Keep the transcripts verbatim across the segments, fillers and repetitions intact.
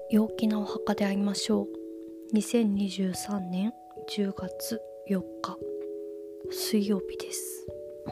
陽気なお墓で会いましょう。にせんにじゅうさんねんじゅうがつよっか水曜日です。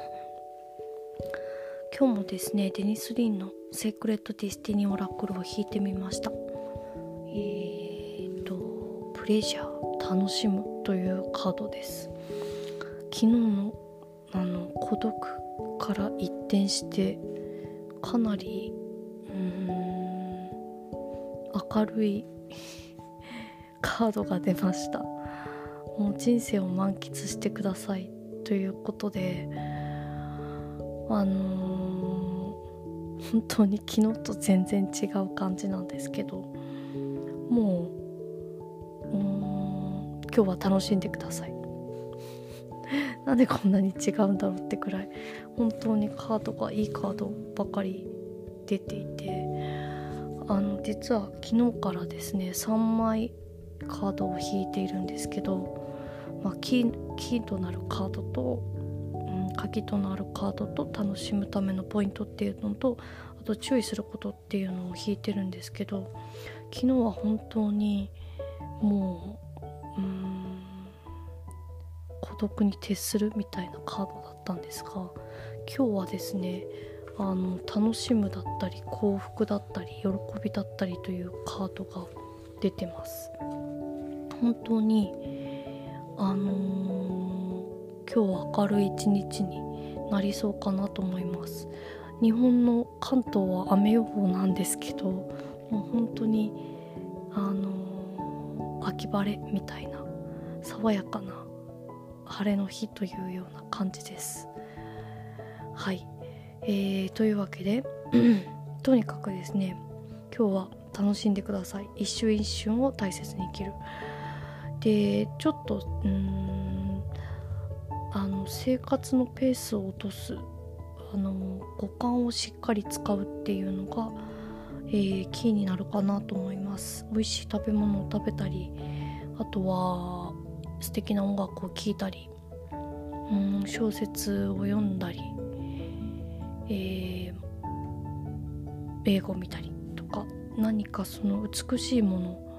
今日もですね、デニス・リンのセークレット・ディスティニー・オラクルを引いてみました。えーとプレジャー、楽しむというカードです。昨日のあの孤独から一転してかなりうーん明るいカードが出ました。もう人生を満喫してくださいということで、あのー、本当に昨日と全然違う感じなんですけど、もう、うーん今日は楽しんでください。なんでこんなに違うんだろうってくらい本当にカードがいいカードばかり出ていて、あの実は昨日からですねさんまいカードを引いているんですけど、まあ、キー、キーとなるカードと、うん、鍵となるカードと楽しむためのポイントっていうのと、あと注意することっていうのを引いてるんですけど、昨日は本当にもう、うーん孤独に徹するみたいなカードだったんですが、今日はですねあの楽しむだったり幸福だったり喜びだったりというカードが出てます。本当にあのー、今日は明るい一日になりそうかなと思います。日本の関東は雨予報なんですけど、もう本当にあのー、秋晴れみたいな爽やかな晴れの日というような感じです。はい、えー、というわけでとにかくですね、今日は楽しんでください。一瞬一瞬を大切に生きる。でちょっとうーんあの生活のペースを落とす、あの五感をしっかり使うっていうのが、えー、キーになるかなと思います。美味しい食べ物を食べたり、あとは素敵な音楽を聴いたり、うん小説を読んだり、えー、映画を見たりとか、何かその美しいも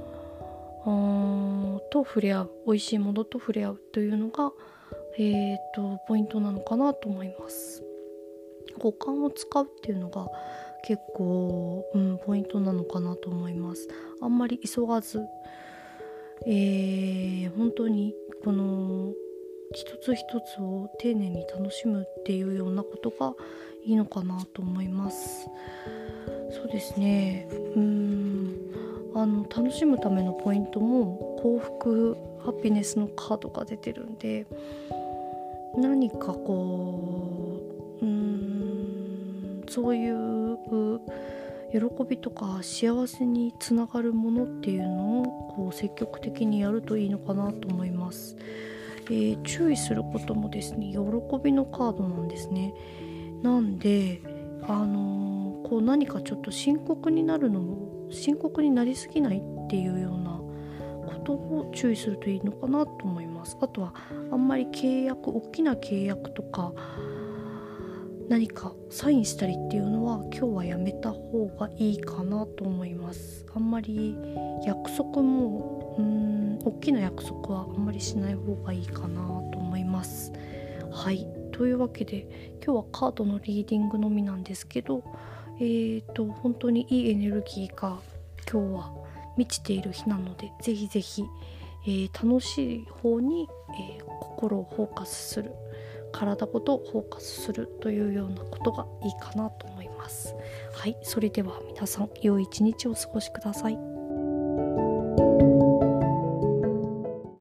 のと触れ合う、美味しいものと触れ合うというのが、えー、とポイントなのかなと思います。五感を使うっていうのが結構、うん、ポイントなのかなと思います。あんまり急がず、えー、本当にこの一つ一つを丁寧に楽しむっていうようなことがいいのかなと思います。そうですね、うーんあの楽しむためのポイントも幸福ハピネスのカードが出てるんで、何かこううーんそういう喜びとか幸せにつながるものっていうのをこう積極的にやるといいのかなと思います。えー、注意することもですね、喜びのカードなんですね。なんであのー、こう何かちょっと深刻になるのも深刻になりすぎないっていうようなことを注意するといいのかなと思います。あとはあんまり契約、大きな契約とか何かサインしたりっていうのは今日はやめた方がいいかなと思います。あんまり約束もうーん大きな約束はあんまりしない方がいいかなと思います。はい、というわけで今日はカードのリーディングのみなんですけど、えーと本当にいいエネルギーが今日は満ちている日なので、ぜひぜひ、えー、楽しい方に、えー、心をフォーカスする、体ごとフォーカスするというようなことがいいかなと思います。はい、それでは皆さん良い一日をお過ごしください。